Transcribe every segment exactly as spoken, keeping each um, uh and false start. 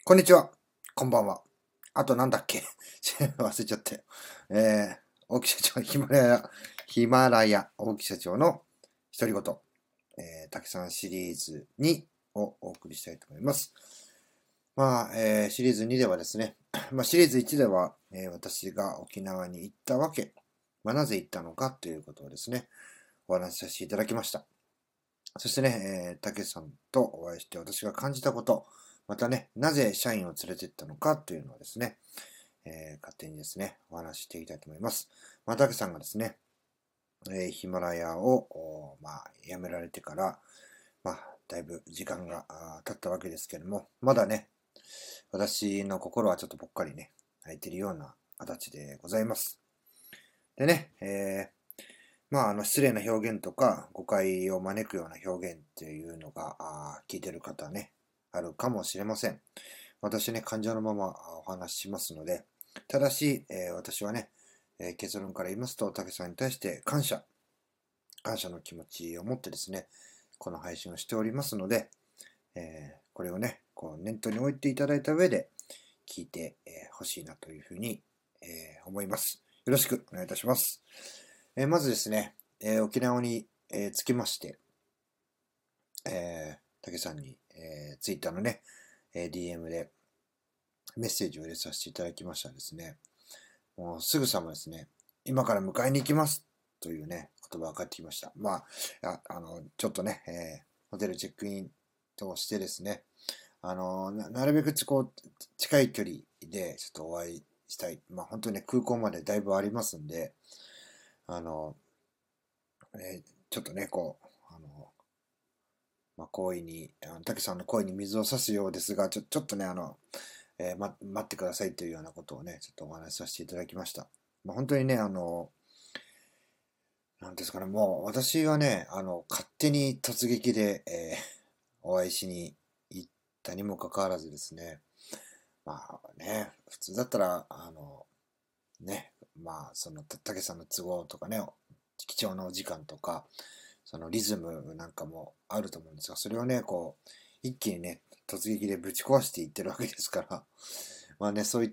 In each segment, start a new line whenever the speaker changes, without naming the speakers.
こんにちは。こんばんは。あとなんだっけ忘れちゃったよ。えー、大木社長、ヒマラヤ、ヒマラヤ大木社長の独り言、えー、竹さんシリーズにをお送りしたいと思います。まあ、えー、シリーズにではですね、まあ、シリーズいちでは、えー、私が沖縄に行ったわけ、まあ、なぜ行ったのかということをですね、お話しさせていただきました。そしてね、えー、竹さんとお会いして私が感じたこと、またね、なぜ社員を連れて行ったのかというのをですね、えー、勝手にですね、お話ししていきたいと思います。まあ、竹さんがですね、えー、ヒマラヤを、まあ、辞められてから、まあ、だいぶ時間が経ったわけですけども、まだね、私の心はちょっとぽっかりね、空いているような形でございます。でね、えーまあ、あの、失礼な表現とか、誤解を招くような表現っていうのが、あ聞いてる方ね、あるかもしれません。私ね、感情のままお話ししますので、ただし、えー私はね、えー結論から言いますと、竹さんに対して感謝、感謝の気持ちを持ってですね、この配信をしておりますので、えーこれをね、こう念頭に置いていただいた上で、聞いてほしいなというふうに、えー思います。よろしくお願いいたします。えーまずですね、えー沖縄に、えー着きまして、えー、竹さんに、えー、ツイッターのね、えー ディーエム でメッセージを入れさせていただきましたらですね、もうすぐさまですね、今から迎えに行きますというね、言葉が返ってきました。まあ、ああの、ちょっとね、えーホテルチェックインとしてですね、あの、ななるべくちこう近い距離でちょっとお会いしたい。まあ本当にね、空港までだいぶありますんで、あの、えーちょっとね、こう、あの、まあ、好意に、あの、たけさんの声に水を差すようですが、ちょ、ちょっとね、あの、えーま、待ってくださいというようなことをね、ちょっとお話しさせていただきました。まあ、本当にね、あの、なんですかね、もう私はね、あの、勝手に突撃で、えーお会いしに行ったにもかかわらずですね、まあね、普通だったら、あの、ね、まあ、その、たたけさんの都合とかね、貴重なお時間とか、そのリズムなんかもあると思うんですが、それをね、こう、一気にね、突撃でぶち壊していってるわけですから、まあね、そういった、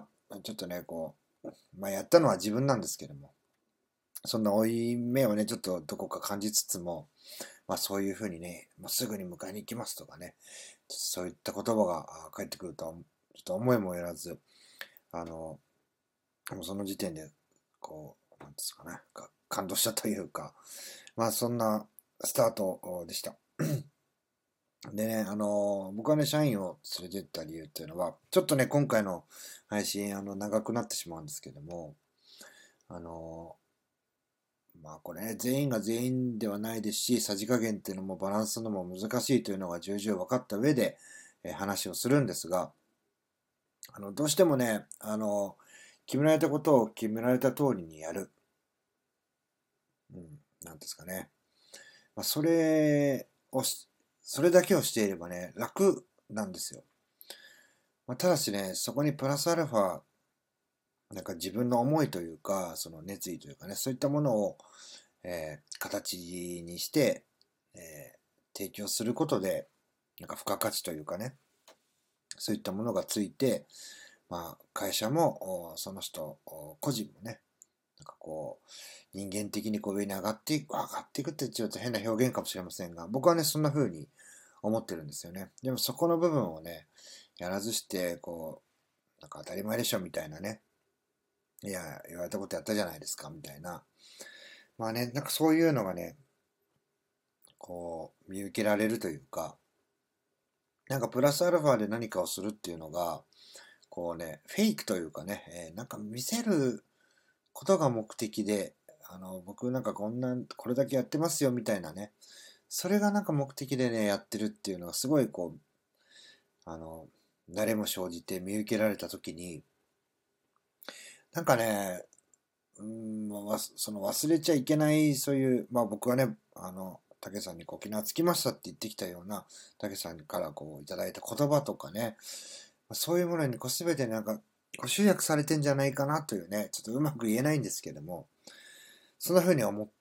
ちょっとね、こう、まあやったのは自分なんですけども、そんな負い目をね、ちょっとどこか感じつつも、まあそういうふうにね、もうすぐに迎えに行きますとかね、そういった言葉があ返ってくるとは、ちょっと思いもよらず、あの、もうその時点で、こう、なんですかね、か感動したというか、まあそんなスタートでした。でね、あのー僕はね、社員を連れてった理由っていうのは、ちょっとね、今回の配信、あの、長くなってしまうんですけども、あのーまあこれね、全員が全員ではないですし、さじ加減っていうのもバランスのも難しいというのが重々分かった上で、えー話をするんですが、あの、どうしてもね、あのー決められたことを決められた通りにやる。うん、なんですかね。まあ、それをし、それだけをしていればね、楽なんですよ。まあ、ただしね、そこにプラスアルファ、なんか自分の思いというか、その熱意というかね、そういったものを、えー形にして、えー提供することで、なんか付加価値というかね、そういったものがついて、まあ、会社も、おその人、お個人もね、なんかこう、人間的にこう上に上がっていく、上がっていくってちょっと変な表現かもしれませんが、僕はね、そんな風に思ってるんですよね。でもそこの部分をね、やらずして、こう、なんか当たり前でしょみたいなね、いや、言われたことやったじゃないですか、みたいな。まあね、なんかそういうのがね、こう、見受けられるというか、なんかプラスアルファで何かをするっていうのが、こうね、フェイクというかね、えーなんか見せることが目的で、あの、僕なんかこんな、これだけやってますよみたいなね、それがなんか目的でね、やってるっていうのがすごいこう、あの、誰も生じて見受けられたときに、なんかね、うーん、わその忘れちゃいけない、そういう、まあ僕はね、あの、竹さんにこう沖縄着きましたって言ってきたような、竹さんからこういただいた言葉とかね、そういうものにこう全てなんか、こう集約されてんじゃないかなというね、ちょっとうまく言えないんですけども、そんな風に思って、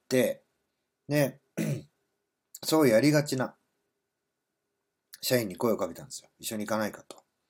ね、そうやりがちな社員に声をかけたんですよ。一緒に行かないかと。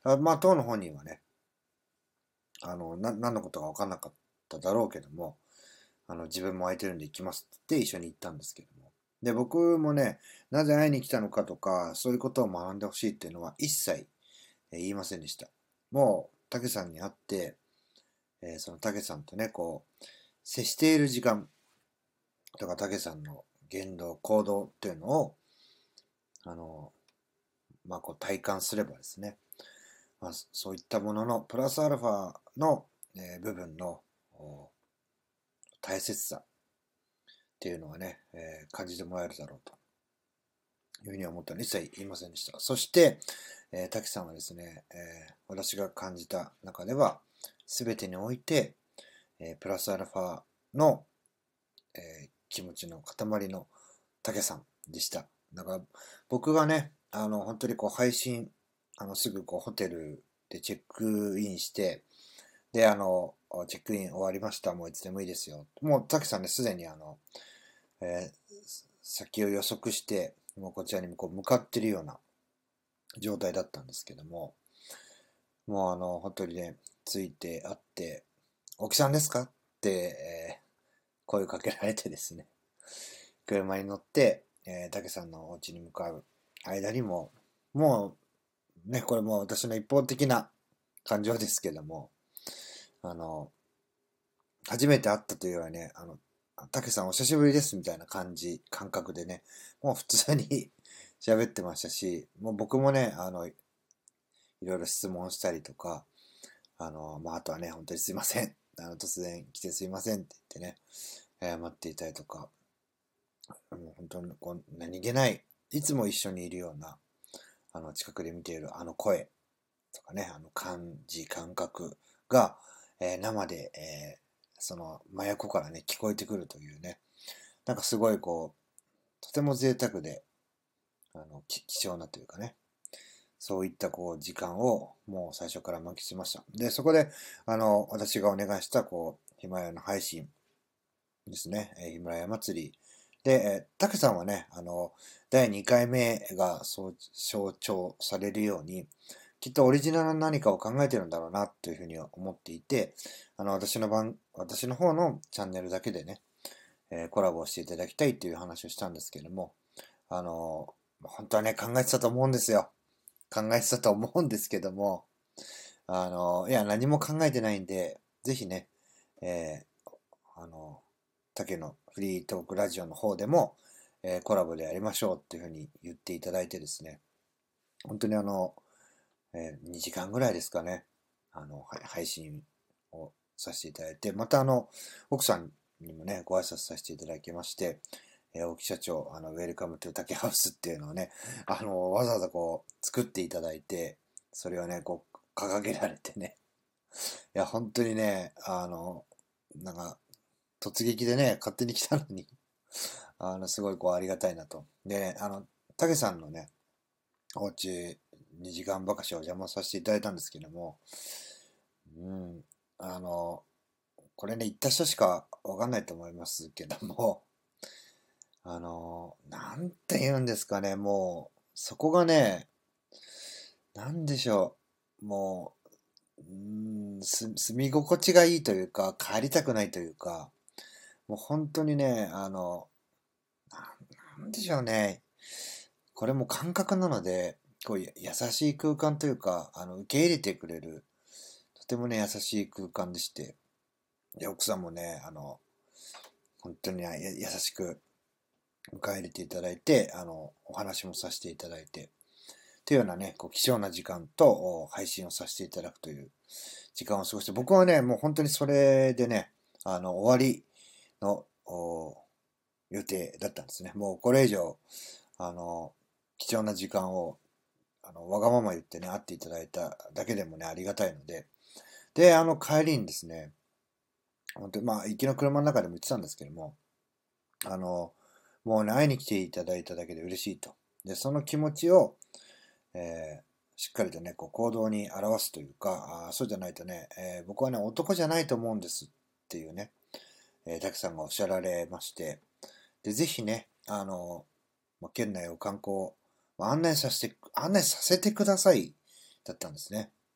あまあ、当の本人はね、あの、な、何のことか分かんなかっただろうけども、あの、自分も空いてるんで行きますって言って一緒に行ったんですけども。で、僕もね、なぜ会いに来たのかとか、そういうことを学んでほしいっていうのは一切えー言いませんでした。もう、たけさんに会って、えーそのたけさんとね、こう、接している時間とか、たけさんの言動、行動っていうのを、あの、まあ、こう体感すればですね、まあ、そういったものの、プラスアルファの、えー部分の大切さっていうのはね、えー感じてもらえるだろうというふうに思ったので、一切言いませんでした。そして、えー、滝さんはですね、えー私が感じた中では、すべてにおいて、えープラスアルファの、えー気持ちの塊の竹さんでした。だから僕がね、あの、本当にこう配信、あの、すぐこうホテルでチェックインして、で、あの、チェックイン終わりました。もういつでもいいですよ。もう、竹さんね、すでにあの、えー先を予測して、もうこちらにこう向かってるような状態だったんですけども、もうあの、本当にね、着いて会って、沖さんですかって、えー声をかけられてですね、車に乗って、えー、竹さんのお家に向かう間にも、もうね、これもう私の一方的な感情ですけども、あの、初めて会ったというよりはね、あの、竹さんお久しぶりですみたいな感じ、感覚でね、もう普通に喋ってましたし、もう僕もね、あの、いろいろ質問したりとか、あの、まあ、あとはね、本当にすいません。あの、突然来てすいませんって言ってね、謝っていたりとか、もう本当にこう何気ない、いつも一緒にいるような、あの、近くで見ているあの声とかね、あの感じ、感覚が、えー生で、えーその真横からね、聞こえてくるというね、なんかすごいこう、とても贅沢で、あの、き貴重なというかね、そういったこう時間をもう最初から満喫しました。で、そこで、あの、私がお願いした、こう、ヒマラヤの配信ですね、えーヒマラヤ祭り。で、えー、たけさんはね、あの、だいにかいめがそう象徴されるように、きっとオリジナルの何かを考えてるんだろうな、というふうには思っていて、あの、私の番、私の方のチャンネルだけでね、えーコラボをしていただきたいという話をしたんですけども、あの、本当はね、考えてたと思うんですよ。考えてたと思うんですけども、あの、いや、何も考えてないんで、ぜひね、えーあの、竹のフリートークラジオの方でも、えーコラボでやりましょうっていうふうに言っていただいてですね、本当にあの、えーにじかんぐらいですかね、あの、はい配信をさせていただいて、またあの、奥さんにもね、ご挨拶させていただきまして、えー、大木社長、あの、ウェルカムトゥ竹ハウスっていうのをね、あの、わざわざこう、作っていただいて、それをね、こう、掲げられてね、いや、本当にね、あの、なんか、突撃でね、勝手に来たのにあの、すごいこう、ありがたいなと。でね、あの、たけさんのね、お家にじかんばかしお邪魔させていただいたんですけども、うん、あの、これね、行った人しかわかんないと思いますけども、あの、なんて言うんですかね、もう、そこがね、なんでしょう、もう、うーん、す住み心地がいいというか、帰りたくないというか、もう本当にね、あの、ななんでしょうね、これも感覚なので、こうや優しい空間というか、あの、受け入れてくれる、とてもね、優しい空間でして、で、奥さんもね、あの、本当にや優しく迎え入れていただいて、あの、お話もさせていただいて、というようなね、こう貴重な時間とお配信をさせていただくという時間を過ごして、僕はね、もう本当にそれでね、あの、終わりのお予定だったんですね。もうこれ以上、あの、貴重な時間を、あの、わがまま言ってね、会っていただいただけでもね、ありがたいので、で、あの、帰りにですね、本当に、まあ、行きの車の中でも言ってたんですけども、あの、もうね、会いに来ていただいただけで嬉しいと。で、その気持ちを、えーしっかりとね、こう行動に表すというか、あーそうじゃないとね、えー僕はね、男じゃないと思うんですっていうね、えー、たくさんがおっしゃられまして、で、ぜひね、あの、まあ、県内を観光、まあ案内させて、案内させてください、だったんですね。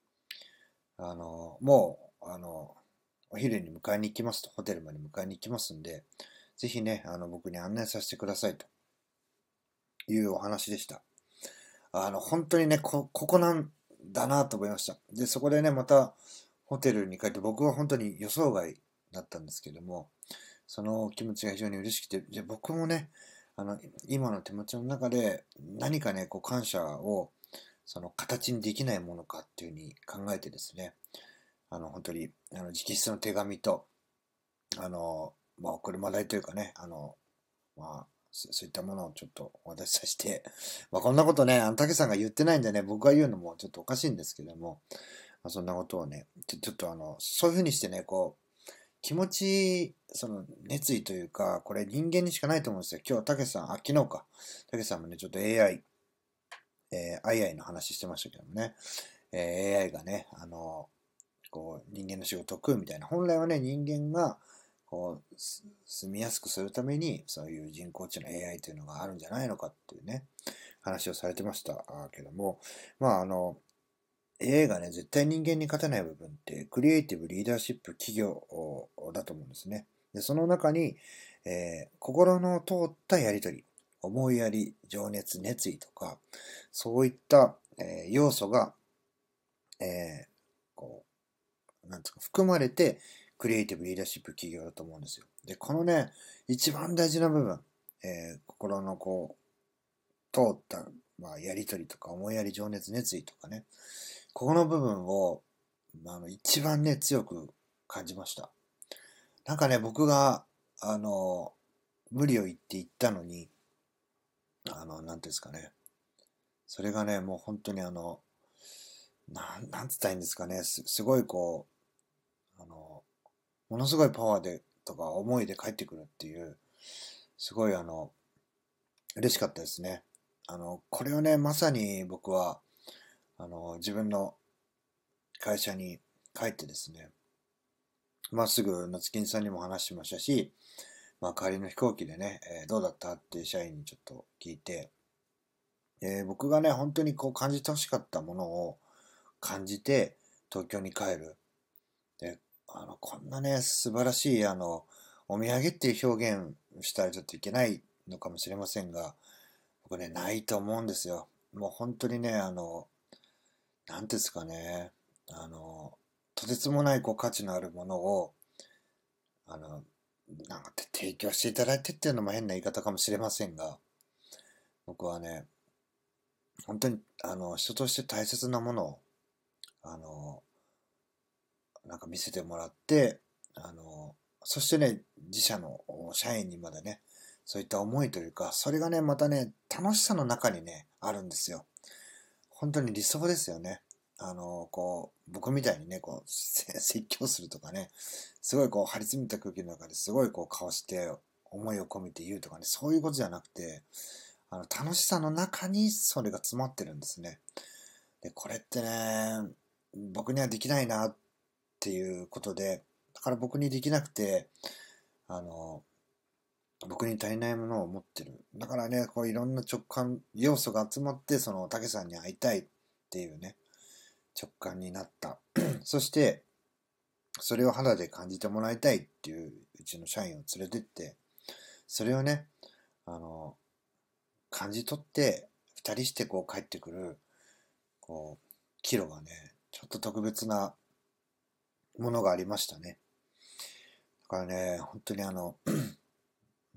あの、もう、あの、お昼に迎えに行きますと、ホテルまで迎えに行きますんで、ぜひね、あの、僕に案内させてくださいというお話でした。あの、本当にね、こ、ここなんだなと思いました。で、そこでね、また、ホテルに帰って、僕は本当に予想外だったんですけども、その気持ちが非常に嬉しくて、じゃあ僕もね、あの、今の手持ちの中で何かね、こう感謝をその形にできないものかっていうふうに考えてですね、あの、本当に、あの、直筆の手紙と、あの、まあ、お車代というかね、あの、まあ、そそういったものをちょっとお渡しさせて、まあ、こんなことね、あの、たけさんが言ってないんでね、僕が言うのもちょっとおかしいんですけども、まあ、そんなことをね、ちょ、ちょっとあの、そういうふうにしてね、こう、気持ち、その熱意というか、これ人間にしかないと思うんですよ。今日、たけさん、あ、昨日か。たけさんもね、ちょっと エーアイ、えー、アイアイ の話してましたけどもね、えー エーアイ がね、あの、こう、人間の仕事を食うみたいな。本来はね、人間が、こう、す住みやすくするために、そういう人工知能 エーアイ というのがあるんじゃないのかっていうね、話をされてましたあけども、まあ、あの、エーアイ がね、絶対人間に勝てない部分って、クリエイティブ、リーダーシップ、企業だと思うんですね。で、その中に、えー心の通ったやりとり、思いやり、情熱、熱意とか、そういった、えー要素が、えーこう、なんですか、含まれて、クリエイティブ、リーダーシップ、企業だと思うんですよ。で、このね、一番大事な部分、えー心のこう、通った、まあ、やりとりとか、思いやり、情熱、熱意とかね、ここの部分を、あの、一番ね、強く感じました。なんかね、僕が、あの、無理を言って言ったのに、あの、なんていうんですかね。それがね、もう本当にあの、なん、なんつったらいいんですかね。す、すごいこう、あの、ものすごいパワーで、とか思いで帰ってくるっていう、すごいあの、嬉しかったですね。あの、これをね、まさに僕は、あの、自分の会社に帰ってですね、まっすぐ夏金さんにも話しましたし、まあ、帰りの飛行機でね、えーどうだったって社員にちょっと聞いて、えー僕がね、本当にこう感じてほしかったものを感じて東京に帰る。で、あの、こんなね、素晴らしい、あの、お土産っていう表現したらちょっといけないのかもしれませんが、僕ね、ないと思うんですよ。もう本当にね、あの、なんていうんですかね、あの、とてつもないこう価値のあるものを、あの、なんか提供していただいてっていうのも変な言い方かもしれませんが、僕はね、本当に、あの、人として大切なものを、あの、なんか見せてもらって、あの、そしてね、自社の社員にまでね、そういった思いというか、それがね、またね、楽しさの中にね、あるんですよ。本当に理想ですよね。あの、こう、僕みたいにね、こう、せ説教するとかね、すごいこう、張り詰めた空気の中ですごいこう、顔して、思いを込めて言うとかね、そういうことじゃなくて、あの、楽しさの中にそれが詰まってるんですね。で、これってね、僕にはできないなっていうことで、だから僕にできなくて、あの、僕に足りないものを持ってる。だからね、こういろんな直感、要素が集まって、その、竹さんに会いたいっていうね、直感になった。そして、それを肌で感じてもらいたいっていううちの社員を連れてって、それをね、あの、感じ取って、二人してこう帰ってくる、こう、キロがね、ちょっと特別なものがありましたね。だからね、本当にあの、うん、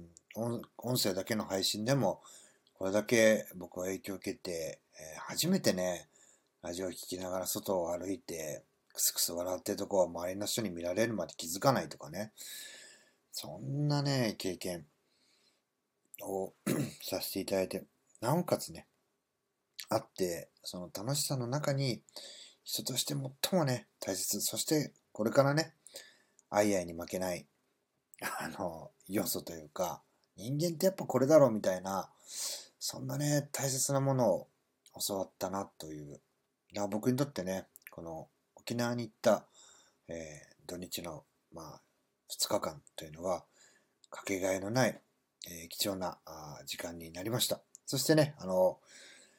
音音声だけの配信でも、これだけ僕は影響を受けて、えー初めてね、ラジオを聞きながら外を歩いて、クスクス笑ってるとこを周りの人に見られるまで気づかないとかね、そんなね、経験をさせていただいて、なおかつね、あって、その楽しさの中に、人として最もね、大切、そしてこれからね、アイアイに負けない、あの、要素というか、人間ってやっぱこれだろうみたいな、そんなね、大切なものを教わったなという。だから僕にとってね、この沖縄に行った、えー土日の、まあ、ふつかかんというのは、かけがえのない、えー貴重なあー時間になりました。そしてね、あの、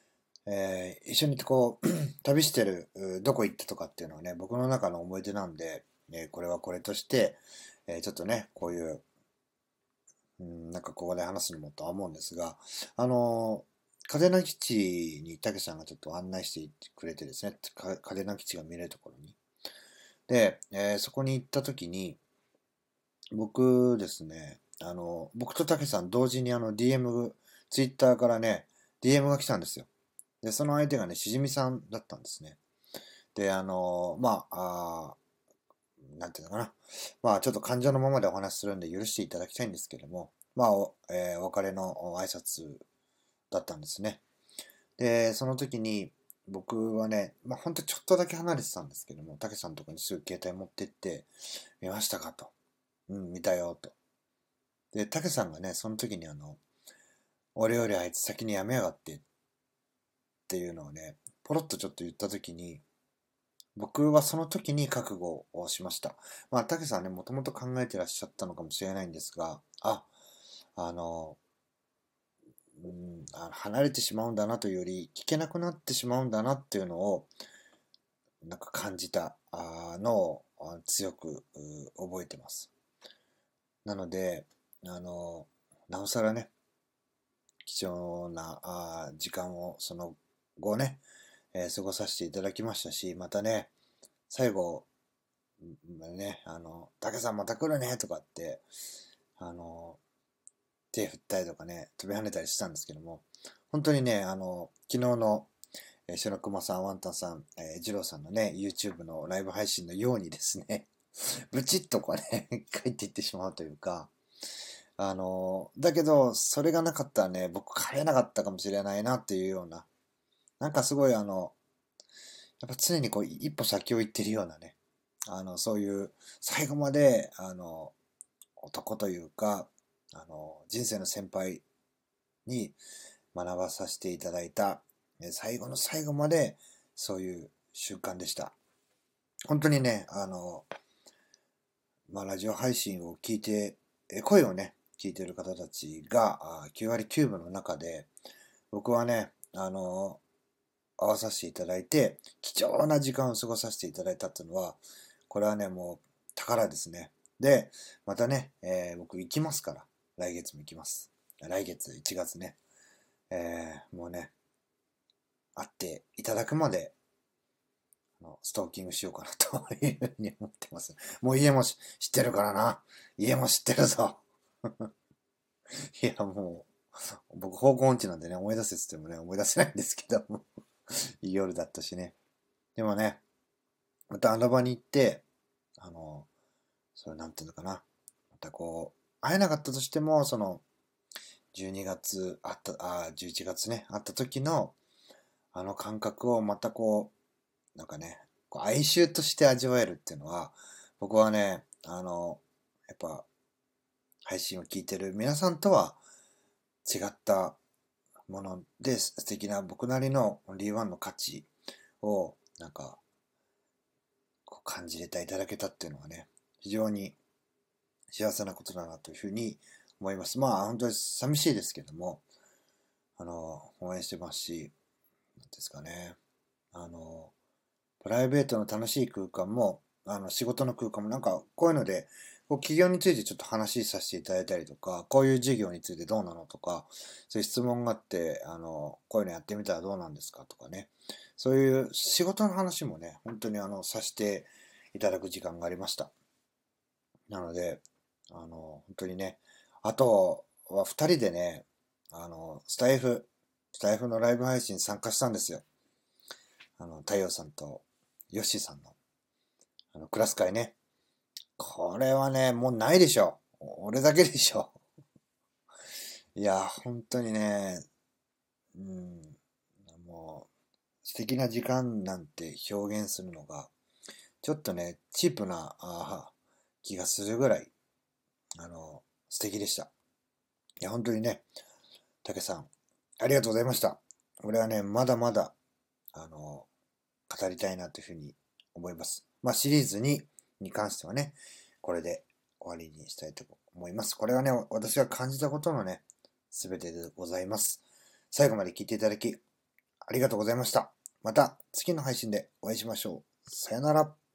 えー一緒にこう、旅してる、どこ行ったとかっていうのはね、僕の中の思い出なんで、えーこれはこれとして、えーちょっとね、こういう、うん、なんかここで話すのもとは思うんですが、あのー嘉手納基地にたけさんがちょっと案内してくれてですね、か嘉手納基地が見れるところに。で、えーそこに行った時に、僕ですね、あの、僕とたけさん同時にあの ディーエム、ツイッターからね、ディーエム が来たんですよ。で、その相手がね、しじみさんだったんですね。で、あの、まあ、あーなんていうのかな。まあ、ちょっと感情のままでお話しするんで許していただきたいんですけども、まあ、お、えーお別れの挨拶だったんですね。で、その時に、僕はね、まあ、ほんとちょっとだけ離れてたんですけども、たけさんとかにすぐ携帯持ってって、見ましたかと。うん、見たよ、と。で、たけさんがね、その時にあの、俺よりあいつ先に辞めやがってっていうのをね、ポロッとちょっと言った時に、僕はその時に覚悟をしました。まあ、たけさんね、もともと考えてらっしゃったのかもしれないんですが、あ、あの、うん、あ離れてしまうんだなというより、聞けなくなってしまうんだなっていうのを、なんか感じたあのをあ強くう覚えてます。なので、あの、なおさらね、貴重なあ時間をその後ね、えー過ごさせていただきましたし、またね、最後、んね、あの、竹さんまた来るねとかって、あの、手振ったりとかね、飛び跳ねたりしたんですけども、本当にね、あの、昨日の、えー、白熊さん、ワンタンさん、えー、二郎さんのね、YouTube のライブ配信のようにですね、ブチッとこうね、帰っていってしまうというか、あの、だけど、それがなかったらね、僕帰れなかったかもしれないなっていうような、なんかすごいあの、やっぱ常にこう一歩先を行ってるようなね、あの、そういう最後まで、あの、男というか、あの、人生の先輩に学ばさせていただいた、最後の最後までそういう習慣でした。本当にね、あの、まあ、ラジオ配信を聞いて、声をね、聞いてる方たちがきゅう割きゅうぶの中で、僕はね、あの、会わさせていただいて、貴重な時間を過ごさせていただいたっていうのは、これはね、もう宝ですね。で、またね、えー僕行きますから、来月も行きます。来月いちがつね、えーもうね、会っていただくまで、ストーキングしようかなというふうに思ってます。もう家も知ってるからな。家も知ってるぞ。いや、もう、僕方向音痴なんでね、思い出せって言ってもね、思い出せないんですけども、いい夜だったしね。でもね、また穴場に行って、あの、それなんていうのかな。またこう、会えなかったとしても、その、じゅうにがつ、あった、あ、じゅういちがつね、会った時の、あの感覚をまたこう、なんかね、こう哀愁として味わえるっていうのは、僕はね、あの、やっぱ、配信を聞いてる皆さんとは違ったもので、素敵な僕なりのオンリーワンの価値を、なんか、こう感じれていただけたっていうのはね、非常に幸せなことだなというふうに思います。まあ、本当に寂しいですけども、あの、応援してますし、なんですかね、あの、プライベートの楽しい空間も、あの、仕事の空間も、なんか、こういうので、こう企業についてちょっと話させていただいたりとか、こういう事業についてどうなのとか、そういう質問があって、あの、こういうのやってみたらどうなんですかとかね、そういう仕事の話もね、本当にあの、させていただく時間がありました。なので、あの、本当にね、あとは二人でね、あの、スタイフ、スタイフのライブ配信参加したんですよ。あの、太陽さんとヨッシーさんの、あの、クラス会ね。これはね、もうないでしょ。俺だけでしょ。いや、本当にね、うん、もう、素敵な時間なんて表現するのが、ちょっとね、チープなあ気がするぐらい、あの、素敵でした。いや、本当にね、たけさん、ありがとうございました。俺はね、まだまだ、あの、語りたいなというふうに思います。まあ、シリーズに、に関してはね、これで終わりにしたいと思います。これはね、私が感じたことのね、すべてでございます。最後まで聞いていただき、 ありがとうございました。また次の配信でお会いしましょう。さよなら。